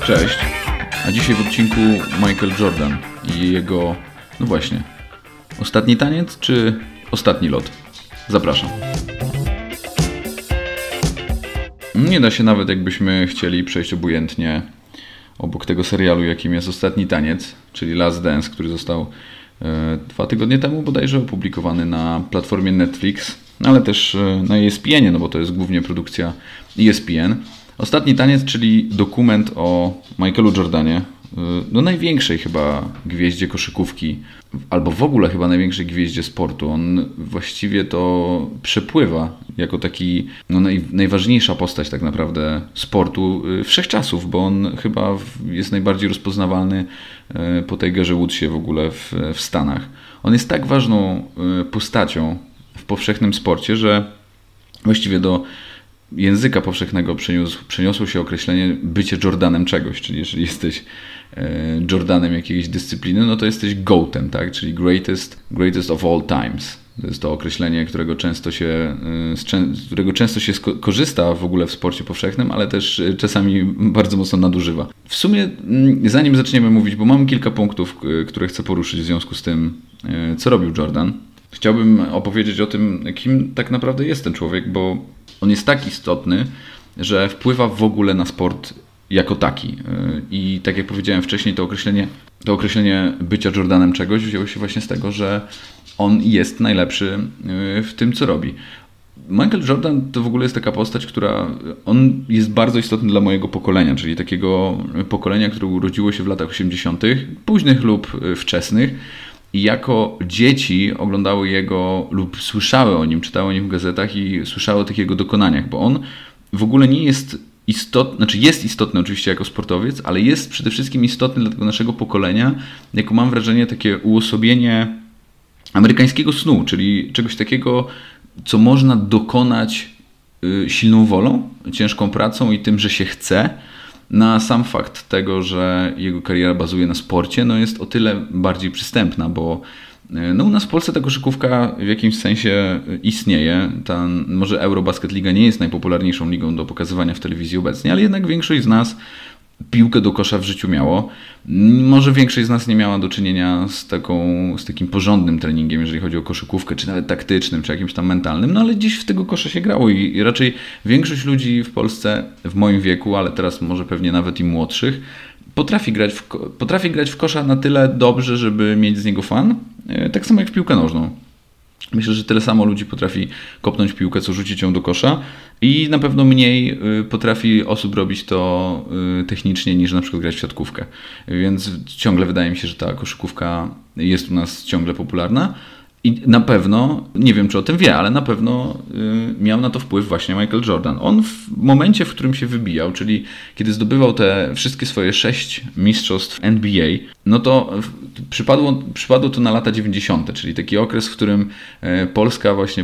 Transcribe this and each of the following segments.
Cześć, a dzisiaj w odcinku Michael Jordan i jego, no właśnie, ostatni taniec czy ostatni lot? Zapraszam. Nie da się nawet, jakbyśmy chcieli, przejść obojętnie obok tego serialu, jakim jest Ostatni Taniec, czyli Last Dance, który został 2 tygodnie temu bodajże opublikowany na platformie Netflix, ale też na ESPN-ie, no bo to jest głównie produkcja ESPN. Ostatni Taniec, czyli dokument o Michaelu Jordanie, no największej chyba gwieździe koszykówki, albo w ogóle chyba największej gwieździe sportu. On właściwie to przepływa jako taki najważniejsza postać tak naprawdę sportu wszechczasów, bo on chyba jest najbardziej rozpoznawalny po Tigerze Woodsie w ogóle w Stanach. On jest tak ważną postacią w powszechnym sporcie, że właściwie do języka powszechnego przeniosło się określenie bycie Jordanem czegoś, czyli jeżeli jesteś Jordanem jakiejś dyscypliny, no to jesteś GOAT-em, tak? Czyli greatest of all times. To jest to określenie, z którego często się korzysta w ogóle w sporcie powszechnym, ale też czasami bardzo mocno nadużywa. W sumie, zanim zaczniemy mówić, bo mam kilka punktów, które chcę poruszyć w związku z tym, co robił Jordan, chciałbym opowiedzieć o tym, kim tak naprawdę jest ten człowiek, bo on jest tak istotny, że wpływa w ogóle na sport jako taki. I tak jak powiedziałem wcześniej, to określenie bycia Jordanem czegoś wzięło się właśnie z tego, że on jest najlepszy w tym, co robi. Michael Jordan to w ogóle jest taka postać, on jest bardzo istotny dla mojego pokolenia, czyli takiego pokolenia, które urodziło się w latach 80., późnych lub wczesnych. I jako dzieci oglądały jego lub słyszały o nim, czytały o nim w gazetach i słyszały o tych jego dokonaniach, bo on w ogóle nie jest istotny, znaczy jest istotny oczywiście jako sportowiec, ale jest przede wszystkim istotny dla tego naszego pokolenia, jako mam wrażenie takie uosobienie amerykańskiego snu, czyli czegoś takiego, co można dokonać silną wolą, ciężką pracą i tym, że się chce. Na sam fakt tego, że jego kariera bazuje na sporcie, no jest o tyle bardziej przystępna, bo u nas w Polsce ta koszykówka w jakimś sensie istnieje. Może Eurobasket Liga nie jest najpopularniejszą ligą do pokazywania w telewizji obecnie, ale jednak większość z nas piłkę do kosza w życiu miało. Może większość z nas nie miała do czynienia z takim porządnym treningiem, jeżeli chodzi o koszykówkę, czy nawet taktycznym, czy jakimś tam mentalnym, no ale dziś w tego kosza się grało i raczej większość ludzi w Polsce w moim wieku, ale teraz może pewnie nawet i młodszych, potrafi grać w kosza na tyle dobrze, żeby mieć z niego fan, tak samo jak w piłkę nożną. Myślę, że tyle samo ludzi potrafi kopnąć piłkę, co rzucić ją do kosza i na pewno mniej potrafi osób robić to technicznie niż na przykład grać w siatkówkę. Więc ciągle wydaje mi się, że ta koszykówka jest u nas ciągle popularna i na pewno, nie wiem czy o tym wie, ale na pewno miał na to wpływ właśnie Michael Jordan. On w momencie, w którym się wybijał, czyli kiedy zdobywał te wszystkie swoje 6 mistrzostw NBA, no to przypadło to na lata 90., czyli taki okres, w którym Polska właśnie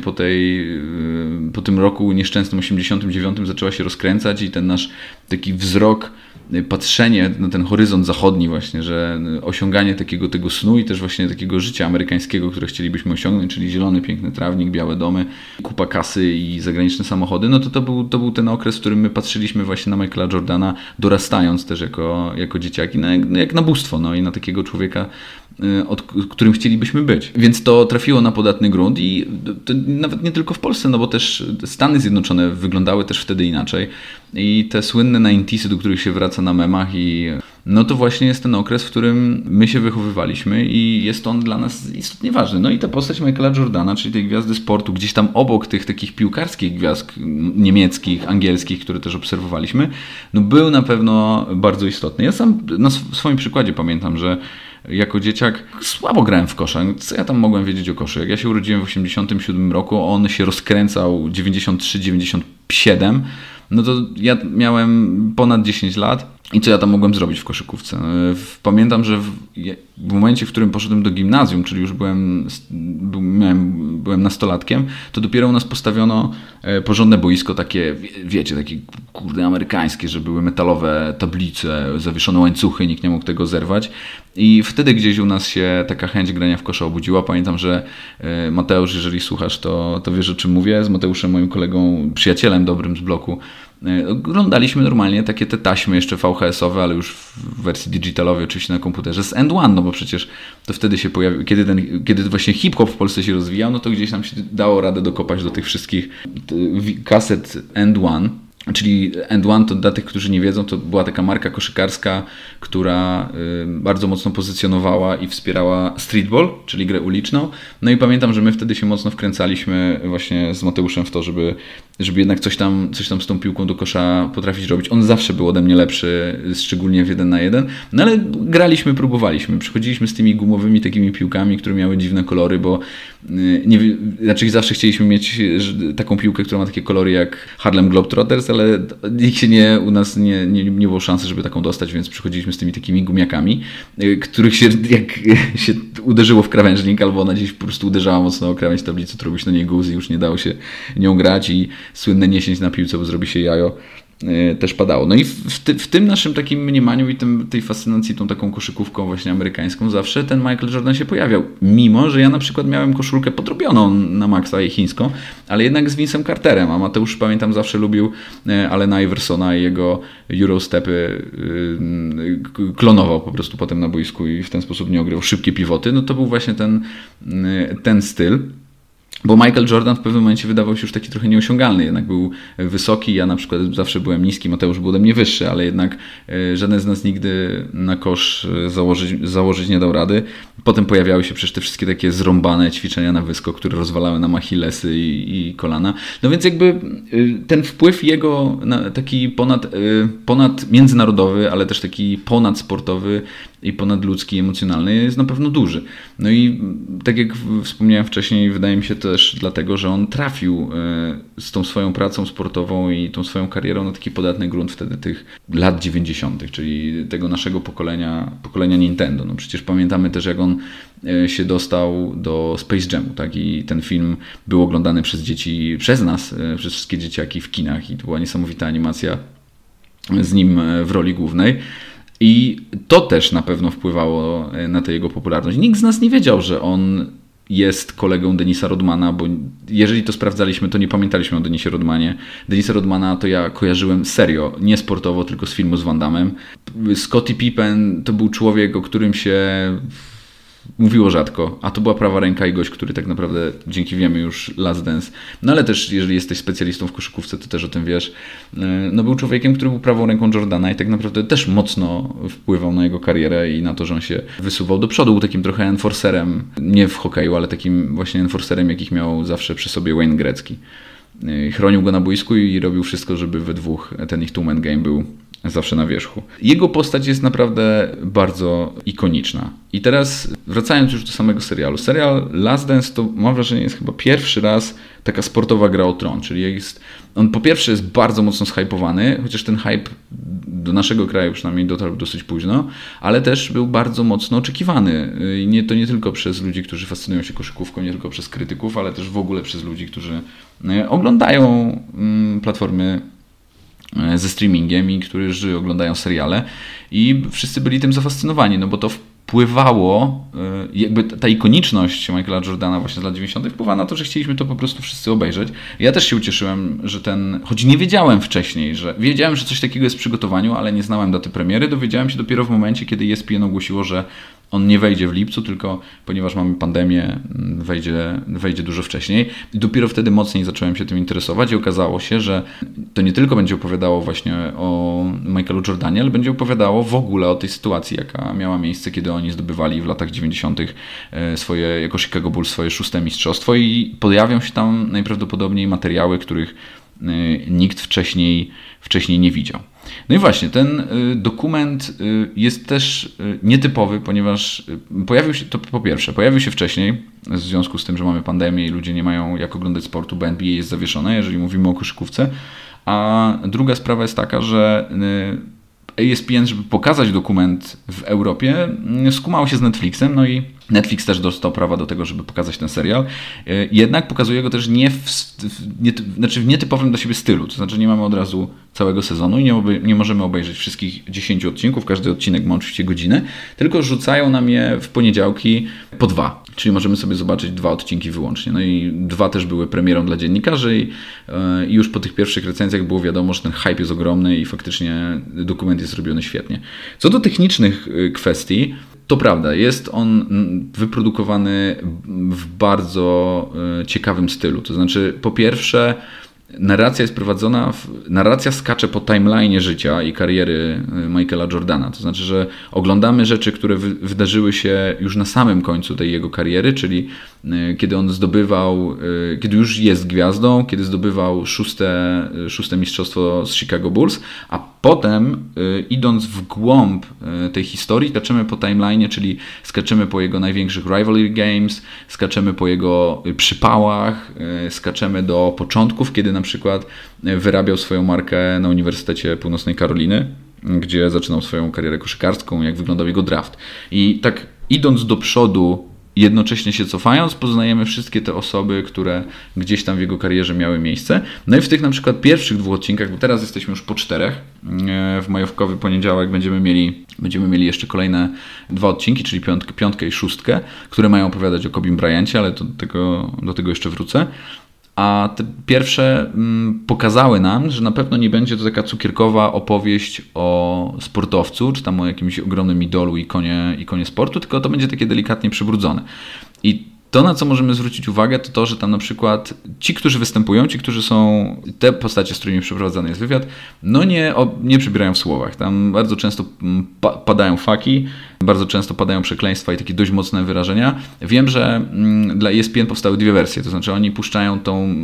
po tym roku nieszczęsnym 89 zaczęła się rozkręcać i ten nasz taki wzrok, patrzenie na ten horyzont zachodni właśnie, że osiąganie tego snu i też właśnie takiego życia amerykańskiego, które chcielibyśmy osiągnąć, czyli zielony, piękny trawnik, białe domy, kupa kasy i zagraniczne samochody, no to był ten okres, w którym my patrzyliśmy właśnie na Michaela Jordana, dorastając też jako dzieciaki, jak na bóstwo, no i na takiego człowieka, którym chcielibyśmy być. Więc to trafiło na podatny grunt i to nawet nie tylko w Polsce, no bo też Stany Zjednoczone wyglądały też wtedy inaczej i te słynne 90'sy, do których się wraca na memach i no to właśnie jest ten okres, w którym my się wychowywaliśmy i jest on dla nas istotnie ważny. No i ta postać Michaela Jordana, czyli tej gwiazdy sportu, gdzieś tam obok tych takich piłkarskich gwiazd niemieckich, angielskich, które też obserwowaliśmy, no był na pewno bardzo istotny. Ja sam na swoim przykładzie pamiętam, że jako dzieciak słabo grałem w kosza. Co ja tam mogłem wiedzieć o koszu? Jak ja się urodziłem w 87 roku, on się rozkręcał 93-97, no to ja miałem ponad 10 lat i co ja tam mogłem zrobić w koszykówce? Pamiętam, że w momencie, w którym poszedłem do gimnazjum, czyli już byłem nastolatkiem, to dopiero u nas postawiono porządne boisko, takie, wiecie, takie kurde amerykańskie, że były metalowe tablice, zawieszone łańcuchy, nikt nie mógł tego zerwać. I wtedy gdzieś u nas się taka chęć grania w kosza obudziła. Pamiętam, że Mateusz, jeżeli słuchasz, to wiesz, o czym mówię. Z Mateuszem, moim kolegą, przyjacielem dobrym z bloku, Oglądaliśmy normalnie takie te taśmy jeszcze VHS-owe, ale już w wersji digitalowej oczywiście na komputerze z End One, no bo przecież to wtedy się pojawił, kiedy właśnie hip-hop w Polsce się rozwijał, no to gdzieś tam się dało radę dokopać do tych wszystkich kaset End One. Czyli End One, to dla tych, którzy nie wiedzą, to była taka marka koszykarska, która bardzo mocno pozycjonowała i wspierała streetball, czyli grę uliczną. No i pamiętam, że my wtedy się mocno wkręcaliśmy właśnie z Mateuszem w to, żeby jednak coś tam z tą piłką do kosza potrafić robić. On zawsze był ode mnie lepszy, szczególnie w 1 na 1, no ale graliśmy, próbowaliśmy. Przychodziliśmy z tymi gumowymi takimi piłkami, które miały dziwne kolory, bo znaczy zawsze chcieliśmy mieć taką piłkę, która ma takie kolory jak Harlem Globetrotters, ale nikt się u nas nie było szansy, żeby taką dostać, więc przychodziliśmy z tymi takimi gumiakami, których się, jak się uderzyło w krawężnik, albo ona gdzieś po prostu uderzała mocno o krawędź tablicy, to robić na niej guz i już nie dało się nią grać i słynne 10 na piłce, bo zrobi się jajo, też padało. No i w tym naszym takim mniemaniu i tej fascynacji tą taką koszykówką właśnie amerykańską zawsze ten Michael Jordan się pojawiał. Mimo, że ja na przykład miałem koszulkę podrobioną na maksa i chińską, ale jednak z Vince'em Carterem, a Mateusz, pamiętam, zawsze lubił Allena Iversona i jego Eurostepy, klonował po prostu potem na boisku i w ten sposób nie ograł szybkie pivoty. No to był właśnie ten styl. Bo Michael Jordan w pewnym momencie wydawał się już taki trochę nieosiągalny, jednak był wysoki, ja na przykład zawsze byłem niski, Mateusz był ode mnie wyższy, ale jednak żaden z nas nigdy na kosz założyć nie dał rady. Potem pojawiały się przecież te wszystkie takie zrąbane ćwiczenia na wyskok, które rozwalały nam achillesy i kolana. No więc jakby ten wpływ jego taki ponad międzynarodowy, ale też taki ponadsportowy i ponadludzki, emocjonalny jest na pewno duży. No i tak jak wspomniałem wcześniej, wydaje mi się też dlatego, że on trafił z tą swoją pracą sportową i tą swoją karierą na taki podatny grunt wtedy tych lat 90., czyli tego naszego pokolenia Nintendo. No przecież pamiętamy też, jak on się dostał do Space Jamu, tak? I ten film był oglądany przez dzieci, przez nas, przez wszystkie dzieciaki w kinach i to była niesamowita animacja z nim w roli głównej. I to też na pewno wpływało na tę jego popularność. Nikt z nas nie wiedział, że on jest kolegą Denisa Rodmana, bo jeżeli to sprawdzaliśmy, to nie pamiętaliśmy o Denisie Rodmanie. Denisa Rodmana to ja kojarzyłem serio, nie sportowo, tylko z filmu z Van Dammem. Scottie Pippen to był człowiek, o którym się mówiło rzadko, a to była prawa ręka i gość, który tak naprawdę, dzięki wiemy już Last Dance, no ale też jeżeli jesteś specjalistą w koszykówce, to też o tym wiesz, no był człowiekiem, który był prawą ręką Jordana i tak naprawdę też mocno wpływał na jego karierę i na to, że on się wysuwał do przodu, był takim trochę enforcerem, nie w hokeju, ale takim właśnie enforcerem, jakich miał zawsze przy sobie Wayne Gretzky. Chronił go na boisku i robił wszystko, żeby we dwóch ten ich two-man game był zawsze na wierzchu. Jego postać jest naprawdę bardzo ikoniczna. I teraz wracając już do samego serialu. Serial Last Dance to mam wrażenie jest chyba pierwszy raz taka sportowa gra o tron, czyli on po pierwsze jest bardzo mocno zhypowany, chociaż ten hype do naszego kraju przynajmniej dotarł dosyć późno, ale też był bardzo mocno oczekiwany. I to nie tylko przez ludzi, którzy fascynują się koszykówką, nie tylko przez krytyków, ale też w ogóle przez ludzi, którzy oglądają platformy ze streamingiem i którzy oglądają seriale i wszyscy byli tym zafascynowani, no bo to wpływało, jakby ta ikoniczność Michaela Jordana właśnie z lat 90. wpływa na to, że chcieliśmy to po prostu wszyscy obejrzeć. Ja też się ucieszyłem, że choć nie wiedziałem wcześniej, wiedziałem, że coś takiego jest w przygotowaniu, ale nie znałem daty premiery, dowiedziałem się dopiero w momencie, kiedy ESPN ogłosiło, że on nie wejdzie w lipcu, tylko ponieważ mamy pandemię, wejdzie dużo wcześniej. I dopiero wtedy mocniej zacząłem się tym interesować i okazało się, że to nie tylko będzie opowiadało właśnie o Michaelu Jordanie, ale będzie opowiadało w ogóle o tej sytuacji, jaka miała miejsce, kiedy oni zdobywali w latach 90. jako Chicago Bulls swoje 6. mistrzostwo i pojawią się tam najprawdopodobniej materiały, których nikt wcześniej nie widział. No i właśnie, ten dokument jest też nietypowy, ponieważ pojawił się wcześniej, w związku z tym, że mamy pandemię i ludzie nie mają jak oglądać sportu, bo NBA jest zawieszone, jeżeli mówimy o koszykówce. A druga sprawa jest taka, że ESPN, żeby pokazać dokument w Europie, skumało się z Netflixem, no i Netflix też dostał prawa do tego, żeby pokazać ten serial. Jednak pokazuje go też w nietypowym dla siebie stylu. To znaczy nie mamy od razu całego sezonu i nie możemy obejrzeć wszystkich 10 odcinków. Każdy odcinek ma oczywiście godzinę, tylko rzucają nam je w poniedziałki po 2. Czyli możemy sobie zobaczyć 2 odcinki wyłącznie. No i 2 też były premierą dla dziennikarzy i już po tych pierwszych recenzjach było wiadomo, że ten hype jest ogromny i faktycznie dokument jest robiony świetnie. Co do technicznych kwestii, to prawda, jest on wyprodukowany w bardzo ciekawym stylu. To znaczy, po pierwsze, narracja jest prowadzona, narracja skacze po timeline'ie życia i kariery Michaela Jordana. To znaczy, że oglądamy rzeczy, które wydarzyły się już na samym końcu tej jego kariery, czyli kiedy on zdobywał, kiedy już jest gwiazdą, kiedy zdobywał szóste mistrzostwo z Chicago Bulls, a potem idąc w głąb tej historii, skaczemy po timeline'ie, czyli skaczemy po jego największych rivalry games, skaczemy po jego przypałach, skaczemy do początków, kiedy na przykład wyrabiał swoją markę na Uniwersytecie Północnej Karoliny, gdzie zaczynał swoją karierę koszykarską, jak wyglądał jego draft. I tak idąc do przodu, jednocześnie się cofając, poznajemy wszystkie te osoby, które gdzieś tam w jego karierze miały miejsce. No i w tych na przykład pierwszych 2 odcinkach, bo teraz jesteśmy już po 4, w majówkowy poniedziałek będziemy mieli jeszcze kolejne 2 odcinki, czyli 5 i 6, które mają opowiadać o Kobim Bryancie, ale do tego jeszcze wrócę. A te pierwsze pokazały nam, że na pewno nie będzie to taka cukierkowa opowieść o sportowcu, czy tam o jakimś ogromnym idolu, ikonie sportu, tylko to będzie takie delikatnie przybrudzone. I to, na co możemy zwrócić uwagę, to to, że tam na przykład ci, którzy występują, ci, którzy są, te postacie, z którymi przeprowadzany jest wywiad, no nie przybierają w słowach. Tam bardzo często padają faki, bardzo często padają przekleństwa i takie dość mocne wyrażenia. Wiem, że dla ESPN powstały 2 wersje, to znaczy oni puszczają tą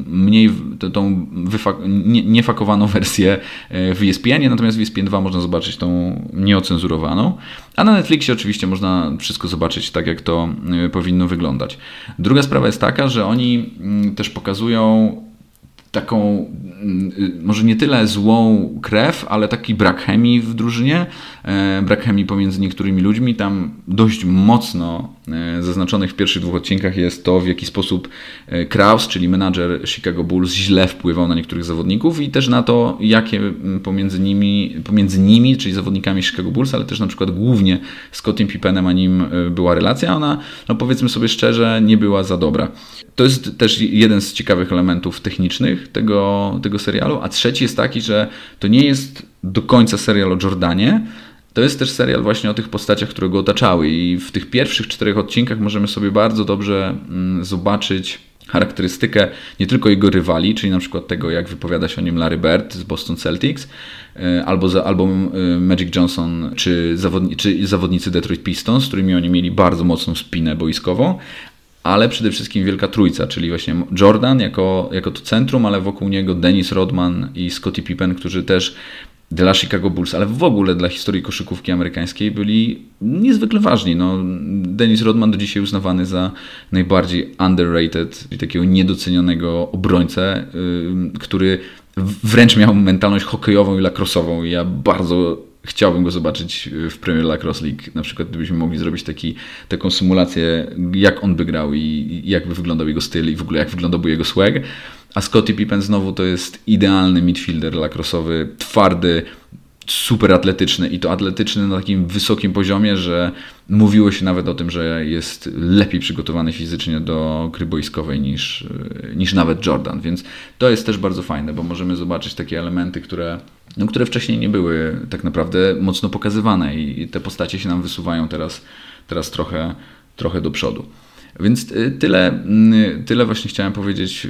niefakowaną wersję w ESPN-ie, natomiast w ESPN 2 można zobaczyć tą nieocenzurowaną, a na Netflixie oczywiście można wszystko zobaczyć tak, jak to powinno wyglądać. Druga sprawa jest taka, że oni też pokazują taką, może nie tyle złą krew, ale taki brak chemii w drużynie, brak chemii pomiędzy niektórymi ludźmi. Tam dość mocno zaznaczonych w pierwszych 2 odcinkach jest to, w jaki sposób Krause, czyli menadżer Chicago Bulls, źle wpływał na niektórych zawodników i też na to, jakie pomiędzy nimi, czyli zawodnikami Chicago Bulls, ale też na przykład głównie Scottiem Pippenem, a nim była relacja. Ona, no powiedzmy sobie szczerze, nie była za dobra. To jest też jeden z ciekawych elementów technicznych tego serialu, a trzeci jest taki, że to nie jest do końca serial o Jordanie, to jest też serial właśnie o tych postaciach, które go otaczały i w tych pierwszych 4 odcinkach możemy sobie bardzo dobrze zobaczyć charakterystykę nie tylko jego rywali, czyli na przykład tego, jak wypowiada się o nim Larry Bird z Boston Celtics, albo Magic Johnson, czy zawodnicy Detroit Pistons, z którymi oni mieli bardzo mocną spinę boiskową, ale przede wszystkim Wielka Trójca, czyli właśnie Jordan jako to centrum, ale wokół niego Dennis Rodman i Scottie Pippen, którzy też dla Chicago Bulls, ale w ogóle dla historii koszykówki amerykańskiej byli niezwykle ważni. No, Dennis Rodman do dzisiaj uznawany za najbardziej underrated, czyli takiego niedocenionego obrońcę, który wręcz miał mentalność hokejową i lacrose'ową. Ja bardzo chciałbym go zobaczyć w Premier Lacrosse League. Na przykład gdybyśmy mogli zrobić taką symulację, jak on by grał i jak by wyglądał jego styl i w ogóle jak wyglądałby jego swag. A Scottie Pippen znowu to jest idealny midfielder lacrose'owy, twardy, super atletyczny i to atletyczny na takim wysokim poziomie, że mówiło się nawet o tym, że jest lepiej przygotowany fizycznie do gry boiskowej niż nawet Jordan, więc to jest też bardzo fajne, bo możemy zobaczyć takie elementy, które wcześniej nie były tak naprawdę mocno pokazywane i te postacie się nam wysuwają teraz trochę do przodu. Więc tyle właśnie chciałem powiedzieć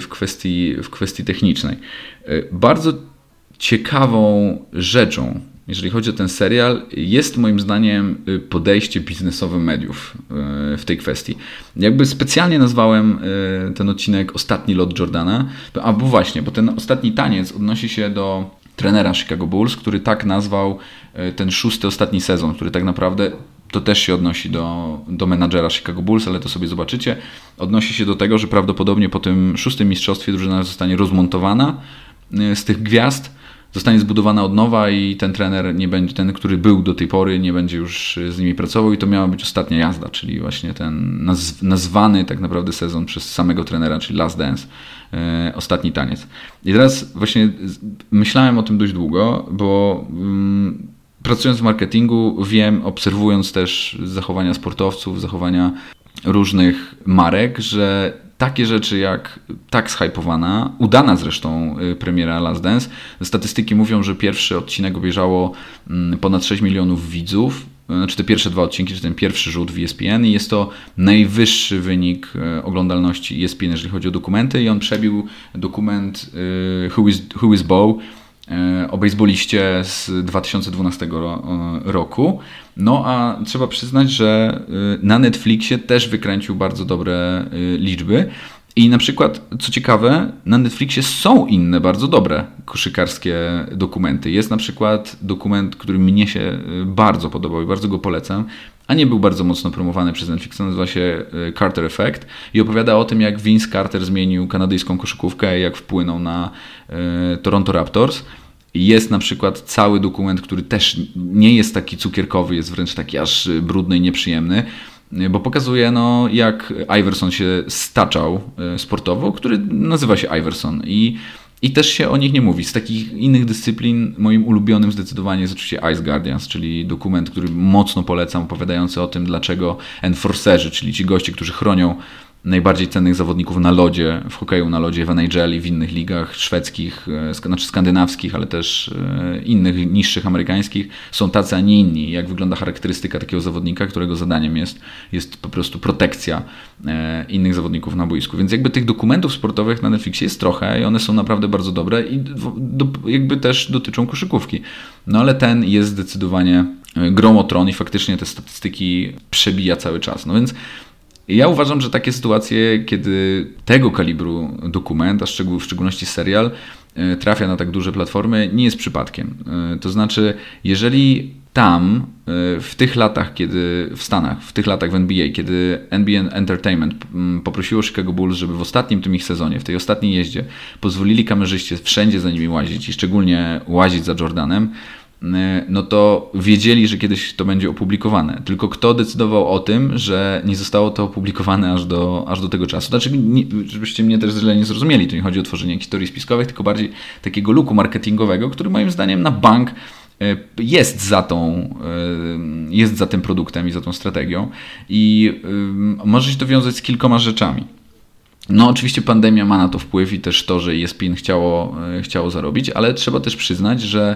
w kwestii technicznej. Bardzo ciekawą rzeczą, jeżeli chodzi o ten serial, jest moim zdaniem podejście biznesowe mediów w tej kwestii. Jakby specjalnie nazwałem ten odcinek Ostatni lot Jordana, bo ten ostatni taniec odnosi się do trenera Chicago Bulls, który tak nazwał ten 6. ostatni sezon, który tak naprawdę to też się odnosi do menadżera Chicago Bulls, ale to sobie zobaczycie. Odnosi się do tego, że prawdopodobnie po tym 6. mistrzostwie drużyna zostanie rozmontowana z tych gwiazd, zostanie zbudowana od nowa i ten trener nie będzie, ten, który był do tej pory, nie będzie już z nimi pracował i to miała być ostatnia jazda, czyli właśnie ten nazwany tak naprawdę sezon przez samego trenera, czyli Last Dance, ostatni taniec. I teraz właśnie myślałem o tym dość długo, bo pracując w marketingu wiem, obserwując też zachowania sportowców, zachowania różnych marek, że takie rzeczy jak tak zhypowana, udana zresztą premiera Last Dance, statystyki mówią, że pierwszy odcinek obejrzało ponad 6 milionów widzów, znaczy te pierwsze 2 odcinki, czy ten pierwszy rzut w ESPN i jest to najwyższy wynik oglądalności ESPN, jeżeli chodzi o dokumenty i on przebił dokument Who is Bo o bejsboliście z 2012 roku. No a trzeba przyznać, że na Netflixie też wykręcił bardzo dobre liczby. I na przykład, co ciekawe, na Netflixie są inne bardzo dobre koszykarskie dokumenty. Jest na przykład dokument, który mnie się bardzo podobał i bardzo go polecam, a nie był bardzo mocno promowany przez Netflix. Nazywa się Carter Effect i opowiada o tym, jak Vince Carter zmienił kanadyjską koszykówkę i jak wpłynął na Toronto Raptors. Jest na przykład cały dokument, który też nie jest taki cukierkowy, jest wręcz taki aż brudny i nieprzyjemny, bo pokazuje, jak Iverson się staczał sportowo, który nazywa się Iverson i też się o nich nie mówi. Z takich innych dyscyplin moim ulubionym zdecydowanie jest oczywiście Ice Guardians, czyli dokument, który mocno polecam, opowiadający o tym, dlaczego enforcerzy, czyli ci goście, którzy chronią najbardziej cennych zawodników na lodzie, w hokeju na lodzie, w NHL i w innych ligach szwedzkich, znaczy skandynawskich, ale też innych, niższych amerykańskich, są tacy, a nie inni. Jak wygląda charakterystyka takiego zawodnika, którego zadaniem jest po prostu protekcja innych zawodników na boisku. Więc jakby tych dokumentów sportowych na Netflixie jest trochę i one są naprawdę bardzo dobre i jakby też dotyczą koszykówki. No ale ten jest zdecydowanie grą o tron i faktycznie te statystyki przebija cały czas. No więc ja uważam, że takie sytuacje, kiedy tego kalibru dokument, a w szczególności serial, trafia na tak duże platformy, nie jest przypadkiem. To znaczy, jeżeli tam, w tych latach, kiedy w Stanach, w tych latach w NBA, kiedy NBA Entertainment poprosiło Chicago Bulls, żeby w ostatnim tym ich sezonie, w tej ostatniej jeździe, pozwolili kamerzyście wszędzie za nimi łazić i szczególnie łazić za Jordanem, no to wiedzieli, że kiedyś to będzie opublikowane. Tylko kto decydował o tym, że nie zostało to opublikowane aż do tego czasu? Znaczy, żebyście mnie też źle nie zrozumieli, to nie chodzi o tworzenie jakichś teorii spiskowych, tylko bardziej takiego luku marketingowego, który moim zdaniem na bank jest za tym produktem i za tą strategią i może się to wiązać z kilkoma rzeczami. No oczywiście pandemia ma na to wpływ i też to, że ESPN chciało zarobić, ale trzeba też przyznać, że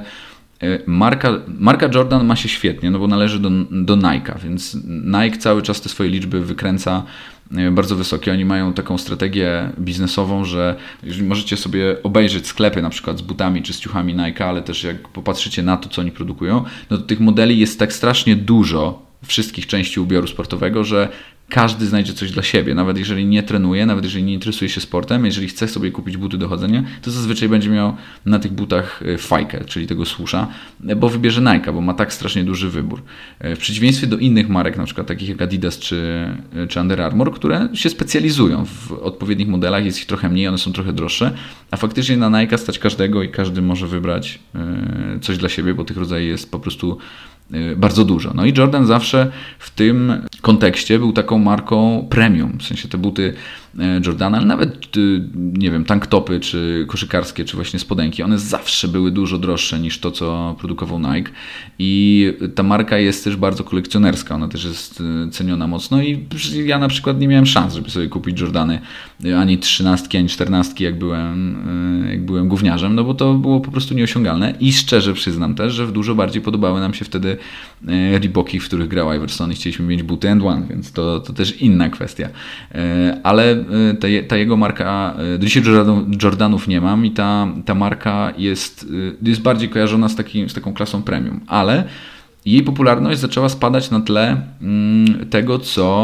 marka Jordan ma się świetnie, no bo należy do Nike'a, więc Nike cały czas te swoje liczby wykręca bardzo wysokie. Oni mają taką strategię biznesową, że jeżeli możecie sobie obejrzeć sklepy na przykład z butami czy z ciuchami Nike'a, ale też jak popatrzycie na to, co oni produkują, no to tych modeli jest tak strasznie dużo wszystkich części ubioru sportowego, że każdy znajdzie coś dla siebie, nawet jeżeli nie trenuje, nawet jeżeli nie interesuje się sportem, jeżeli chce sobie kupić buty do chodzenia, to zazwyczaj będzie miał na tych butach fajkę, czyli tego słusza, bo wybierze Nike'a, bo ma tak strasznie duży wybór. W przeciwieństwie do innych marek, na przykład takich jak Adidas czy Under Armour, które się specjalizują w odpowiednich modelach, jest ich trochę mniej, one są trochę droższe, a faktycznie na Nike'a stać każdego i każdy może wybrać coś dla siebie, bo tych rodzajów jest po prostu bardzo dużo. No i Jordan zawsze w tym kontekście był taką marką premium, w sensie te buty Jordana, ale nawet, nie wiem, tanktopy, czy koszykarskie, czy właśnie spodenki, one zawsze były dużo droższe niż to, co produkował Nike i ta marka jest też bardzo kolekcjonerska, ona też jest ceniona mocno i ja na przykład nie miałem szans, żeby sobie kupić Jordany ani 13, ani 14, jak byłem gówniarzem, no bo to było po prostu nieosiągalne i szczerze przyznam też, że dużo bardziej podobały nam się wtedy Reeboki, w których grał Iverson i chcieliśmy mieć buty and one, więc to też inna kwestia. Ale ta jego marka, do dzisiaj Jordanów nie mam i ta marka jest bardziej kojarzona z taką klasą premium, ale jej popularność zaczęła spadać na tle tego,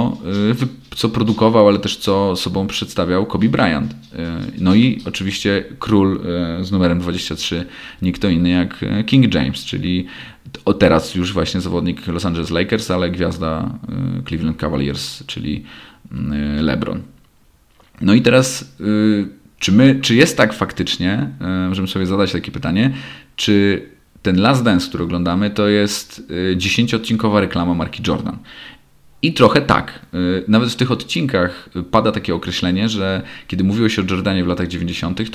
co produkował, ale też co sobą przedstawiał Kobe Bryant. No i oczywiście król z numerem 23, nie kto inny jak King James, czyli teraz już właśnie zawodnik Los Angeles Lakers, ale gwiazda Cleveland Cavaliers, czyli LeBron. No i teraz, czy jest tak faktycznie, możemy sobie zadać takie pytanie, czy ten Last Dance, który oglądamy, to jest 10-odcinkowa reklama marki Jordan. I trochę tak. Nawet w tych odcinkach pada takie określenie, że kiedy mówiło się o Jordanie w latach 90.,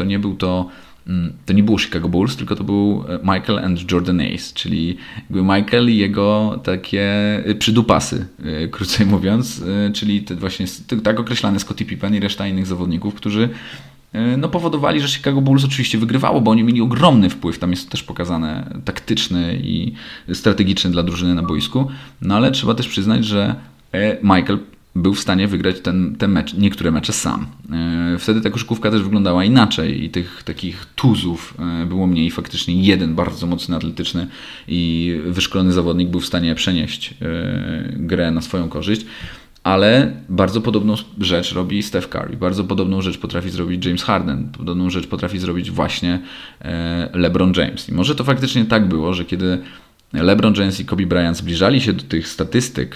to nie było Chicago Bulls, tylko to był Michael and Jordan Ace, czyli jakby Michael i jego takie przydupasy, krócej mówiąc, czyli właśnie tak określany Scottie Pippen i reszta innych zawodników, którzy powodowali, że Chicago Bulls oczywiście wygrywało, bo oni mieli ogromny wpływ, tam jest też pokazane taktyczny i strategiczny dla drużyny na boisku, no ale trzeba też przyznać, że Michael był w stanie wygrać ten mecz, niektóre mecze sam. Wtedy ta koszykówka też wyglądała inaczej i tych takich tuzów było mniej. Faktycznie jeden bardzo mocny, atletyczny i wyszkolony zawodnik był w stanie przenieść grę na swoją korzyść. Ale bardzo podobną rzecz robi Steph Curry, bardzo podobną rzecz potrafi zrobić James Harden, podobną rzecz potrafi zrobić właśnie LeBron James. I może to faktycznie tak było, że kiedy LeBron James i Kobe Bryant zbliżali się do tych statystyk,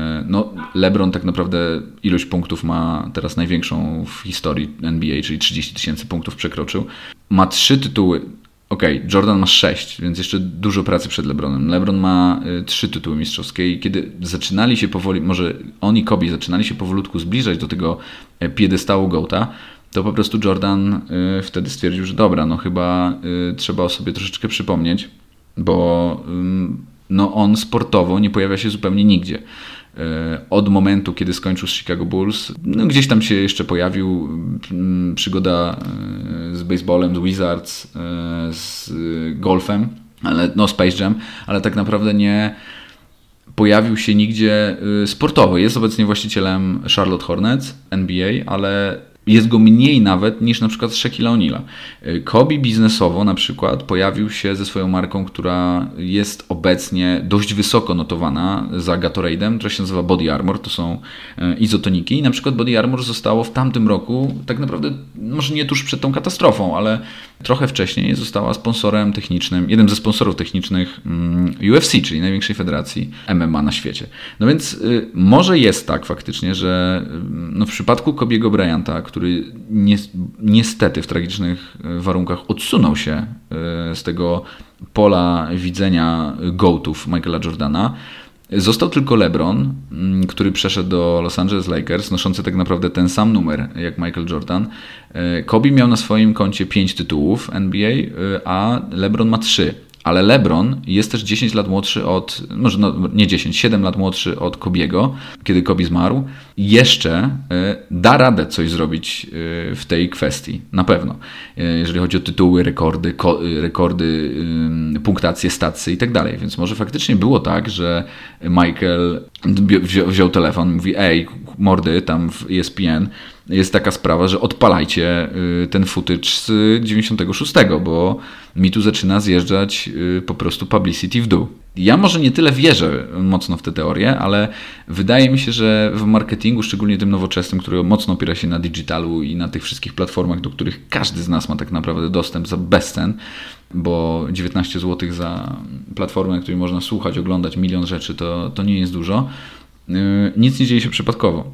LeBron tak naprawdę ilość punktów ma teraz największą w historii NBA, czyli 30 000 punktów przekroczył. Ma 3 tytuły. Jordan ma 6, więc jeszcze dużo pracy przed LeBronem. LeBron ma 3 tytuły mistrzowskie i kiedy zaczynali się powoli, może on i Kobe zaczynali się powolutku zbliżać do tego piedestału GOATA, to po prostu Jordan wtedy stwierdził, że dobra, chyba trzeba o sobie troszeczkę przypomnieć, bo on sportowo nie pojawia się zupełnie nigdzie. Od momentu, kiedy skończył z Chicago Bulls, gdzieś tam się jeszcze pojawił przygoda z baseballem, z Wizards, z golfem, ale Space Jam, ale tak naprawdę nie pojawił się nigdzie sportowo. Jest obecnie właścicielem Charlotte Hornets, NBA, ale jest go mniej nawet niż na przykład Shaquilla O'Neala. Kobe biznesowo na przykład pojawił się ze swoją marką, która jest obecnie dość wysoko notowana za Gatorade'em, która się nazywa Body Armor, to są izotoniki i na przykład Body Armor zostało w tamtym roku, tak naprawdę może nie tuż przed tą katastrofą, ale trochę wcześniej została sponsorem technicznym, jednym ze sponsorów technicznych UFC, czyli największej federacji MMA na świecie. No więc może jest tak faktycznie, że w przypadku Kobiego Bryanta, który niestety w tragicznych warunkach odsunął się z tego pola widzenia GOATów Michaela Jordana, został tylko LeBron, który przeszedł do Los Angeles Lakers, noszący tak naprawdę ten sam numer jak Michael Jordan. Kobe miał na swoim koncie 5 tytułów NBA, a LeBron ma 3. Ale LeBron jest też 10 lat młodszy od, może nie 10, 7 lat młodszy od Kobiego, kiedy Kobe zmarł. Jeszcze da radę coś zrobić w tej kwestii, na pewno. Jeżeli chodzi o tytuły, rekordy, punktacje, stacje i tak dalej. Więc może faktycznie było tak, że Michael wziął telefon i mówi: ej, mordy, tam w ESPN jest taka sprawa, że odpalajcie ten footage z 96, bo mi tu zaczyna zjeżdżać po prostu publicity w dół. Ja może nie tyle wierzę mocno w tę teorię, ale wydaje mi się, że w marketingu, szczególnie tym nowoczesnym, który mocno opiera się na digitalu i na tych wszystkich platformach, do których każdy z nas ma tak naprawdę dostęp za bezcen, bo 19 zł za platformę, na której można słuchać, oglądać milion rzeczy, to nie jest dużo. Nic nie dzieje się przypadkowo.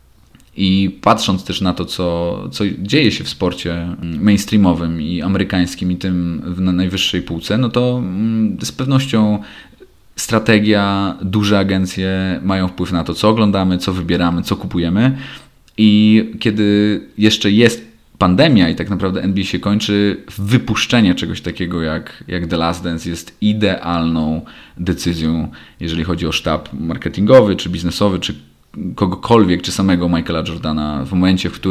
I patrząc też na to, co dzieje się w sporcie mainstreamowym i amerykańskim i tym na najwyższej półce, no to z pewnością strategia, duże agencje mają wpływ na to, co oglądamy, co wybieramy, co kupujemy. I kiedy jeszcze jest pandemia i tak naprawdę NBA się kończy, wypuszczenie czegoś takiego jak The Last Dance jest idealną decyzją, jeżeli chodzi o sztab marketingowy, czy biznesowy, czy kogokolwiek, czy samego Michaela Jordana w momencie, w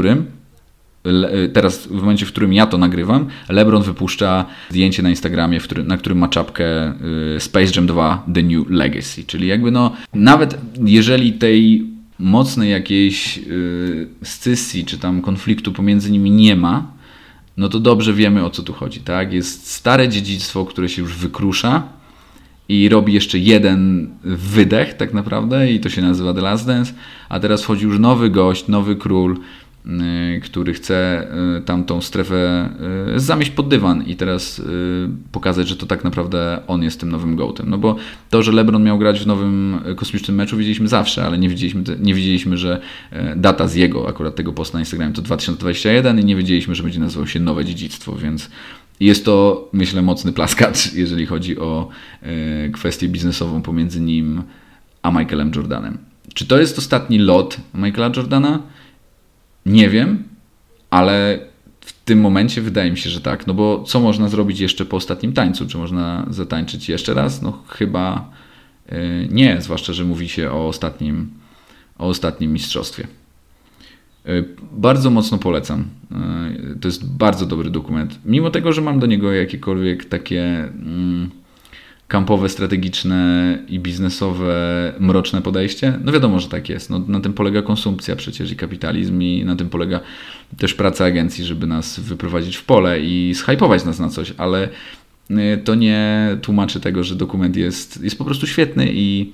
którym ja to nagrywam, LeBron wypuszcza zdjęcie na Instagramie, na którym ma czapkę Space Jam 2 The New Legacy, czyli jakby nawet jeżeli tej mocnej jakiejś scysji, czy tam konfliktu pomiędzy nimi nie ma, no to dobrze wiemy, o co tu chodzi, tak? Jest stare dziedzictwo, które się już wykrusza i robi jeszcze jeden wydech tak naprawdę i to się nazywa The Last Dance, a teraz wchodzi już nowy gość, nowy król, który chce tamtą strefę zamieść pod dywan i teraz pokazać, że to tak naprawdę on jest tym nowym GOAT-em. No bo to, że LeBron miał grać w nowym kosmicznym meczu, wiedzieliśmy zawsze, ale nie wiedzieliśmy, że data z jego, akurat tego posta na Instagramie to 2021 i nie wiedzieliśmy, że będzie nazywał się Nowe Dziedzictwo, więc Jest to, myślę, mocny plaskacz, jeżeli chodzi o kwestię biznesową pomiędzy nim a Michaelem Jordanem. Czy to jest ostatni lot Michaela Jordana? Nie wiem, ale w tym momencie wydaje mi się, że tak. No bo co można zrobić jeszcze po ostatnim tańcu? Czy można zatańczyć jeszcze raz? No chyba nie, zwłaszcza, że mówi się o ostatnim mistrzostwie. Bardzo mocno polecam. To jest bardzo dobry dokument. Mimo tego, że mam do niego jakiekolwiek takie kampowe, strategiczne i biznesowe, mroczne podejście, no wiadomo, że tak jest. No, na tym polega konsumpcja przecież i kapitalizm i na tym polega też praca agencji, żeby nas wyprowadzić w pole i zhypować nas na coś, ale to nie tłumaczy tego, że dokument jest po prostu świetny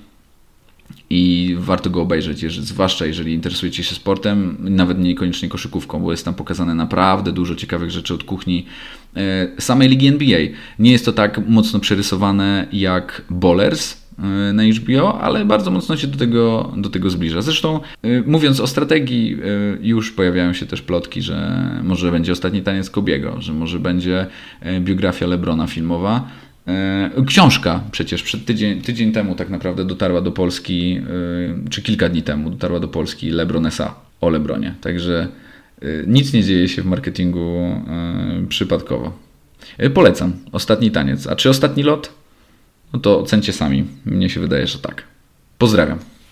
i warto go obejrzeć, zwłaszcza jeżeli interesujecie się sportem, nawet niekoniecznie koszykówką, bo jest tam pokazane naprawdę dużo ciekawych rzeczy od kuchni samej ligi NBA. Nie jest to tak mocno przerysowane jak Ballers na HBO, ale bardzo mocno się do tego zbliża. Zresztą mówiąc o strategii, już pojawiają się też plotki, że może będzie ostatni taniec Kobiego, że może będzie biografia LeBrona filmowa. Książka przecież tydzień temu tak naprawdę dotarła do Polski, czy kilka dni temu dotarła do Polski LeBron S.A. o LeBronie. Także nic nie dzieje się w marketingu przypadkowo. Polecam. Ostatni taniec. A czy ostatni lot? No to ocencie sami. Mnie się wydaje, że tak. Pozdrawiam.